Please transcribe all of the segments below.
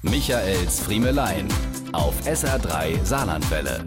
Michaels Friemelein auf SR3 Saarlandwelle.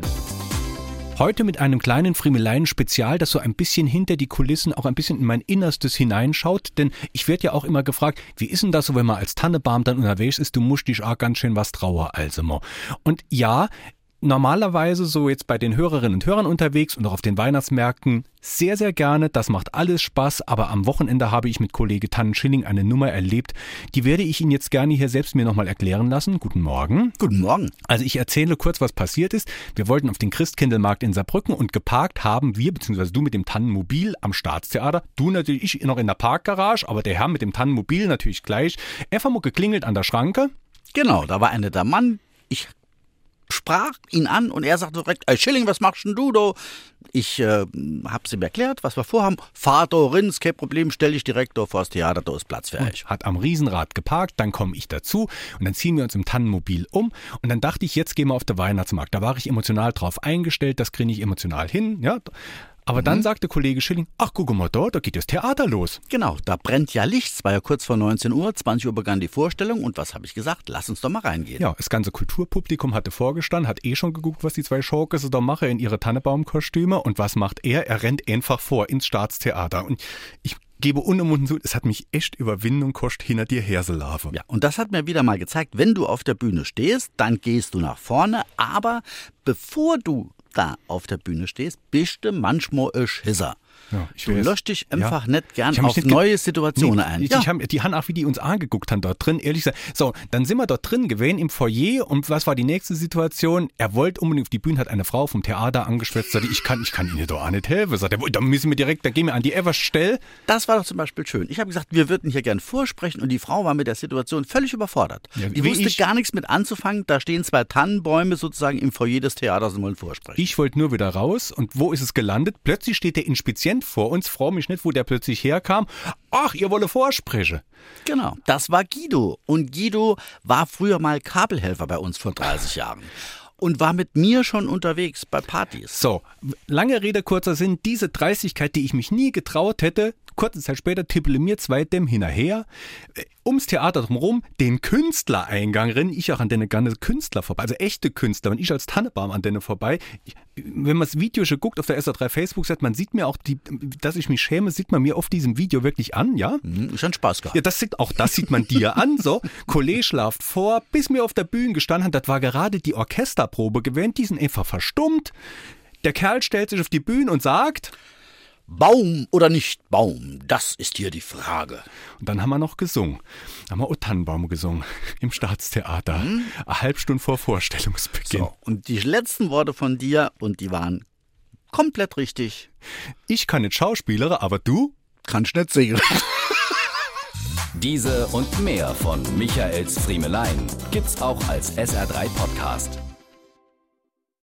Heute mit einem kleinen Friemelein-Spezial, das so ein bisschen hinter die Kulissen, auch ein bisschen in mein Innerstes hineinschaut. Denn ich werde ja auch immer gefragt, wie ist denn das so, wenn man als Tannebaum dann unterwegs ist, du musst dich auch ganz schön was trauen, also mal. Und ja, normalerweise so jetzt bei den Hörerinnen und Hörern unterwegs und auch auf den Weihnachtsmärkten sehr, sehr gerne. Das macht alles Spaß, aber am Wochenende habe ich mit Kollege Tannenschilling eine Nummer erlebt. Die werde ich Ihnen jetzt gerne hier selbst mir nochmal erklären lassen. Guten Morgen. Guten Morgen. Also ich erzähle kurz, was passiert ist. Wir wollten auf den Christkindlmarkt in Saarbrücken und geparkt haben wir, beziehungsweise du mit dem Tannenmobil am Staatstheater. Du natürlich, ich noch in der Parkgarage, aber der Herr mit dem Tannenmobil natürlich gleich. Einfach mal geklingelt an der Schranke. Genau, da war ein netter Mann. Ich sprach ihn an und er sagte direkt, ey Schilling, was machst denn du da? Ich hab's ihm erklärt, was wir vorhaben. Fahr da rein, ist kein Problem, stell dich direkt da vor das Theater, da ist Platz für euch. Hat am Riesenrad geparkt, dann komme ich dazu und dann ziehen wir uns im Tannenmobil um und dann dachte ich, jetzt gehen wir auf den Weihnachtsmarkt. Da war ich emotional drauf eingestellt, das kriege ich emotional hin, ja. Aber dann sagte Kollege Schilling, ach guck mal da geht das Theater los. Genau, da brennt ja Licht, es war ja kurz vor 19 Uhr, 20 Uhr begann die Vorstellung und was habe ich gesagt? Lass uns doch mal reingehen. Ja, das ganze Kulturpublikum hatte vorgestanden, hat schon geguckt, was die zwei Schurkes da machen in ihre Tannebaumkostüme und was macht er? Er rennt einfach vor ins Staatstheater und ich gebe unumwunden zu, es hat mich echt Überwindung gekostet, hinter dir herzulaufen. Ja, und das hat mir wieder mal gezeigt, wenn du auf der Bühne stehst, dann gehst du nach vorne, aber bevor du da auf der Bühne stehst, bist du manchmal ein Schisser. Ja, du löscht dich einfach nicht gern auf neue Situationen ein. Die haben auch, wie die uns angeguckt haben dort drin, ehrlich gesagt. So, dann sind wir dort drin gewesen im Foyer und was war die nächste Situation? Er wollte unbedingt auf die Bühne, hat eine Frau vom Theater angeschwätzt, sagte, ich kann Ihnen doch auch nicht helfen. Sagt er, da müssen wir direkt, da gehen wir an die Everstelle. Das war doch zum Beispiel schön. Ich habe gesagt, wir würden hier gern vorsprechen und die Frau war mit der Situation völlig überfordert. Ja, die wusste gar nichts mit anzufangen. Da stehen zwei Tannenbäume sozusagen im Foyer des Theaters und wollen vorsprechen. Ich wollte nur wieder raus und wo ist es gelandet? Plötzlich steht der Inspizient vor uns, freu mich nicht, wo der plötzlich herkam. Ach, ihr wolle vorsprechen. Genau, das war Guido. Und Guido war früher mal Kabelhelfer bei uns vor 30 Jahren. Und war mit mir schon unterwegs bei Partys. So, lange Rede, kurzer Sinn, diese Dreistigkeit, die ich mich nie getraut hätte, kurze Zeit später tippele mir zwei dem hinterher, ums Theater drumherum, den Künstlereingang renne ich auch an den ganzen Künstler vorbei, also echte Künstler, und ich als Tannebaum an denen vorbei. Wenn man das Video schon guckt auf der SR3 Facebook-Seite, man sieht mir auch, dass ich mich schäme, sieht man mir auf diesem Video wirklich an, ja? Ist schon Spaß gehabt. Ja, das sieht man dir an, so. Kollege schlaft vor, bis mir auf der Bühne gestanden hat, das war gerade die Orchesterprobe gewesen, die sind einfach verstummt. Der Kerl stellt sich auf die Bühne und sagt: Baum oder nicht Baum, das ist hier die Frage. Und dann haben wir noch gesungen. Haben wir O Tannenbaum gesungen im Staatstheater. Eine halbe Stunde vor Vorstellungsbeginn. So, und die letzten Worte von dir, und die waren komplett richtig. Ich kann nicht Schauspielere, aber du kannst nicht singen. Diese und mehr von Michaels Friemelein gibt's auch als SR3 Podcast.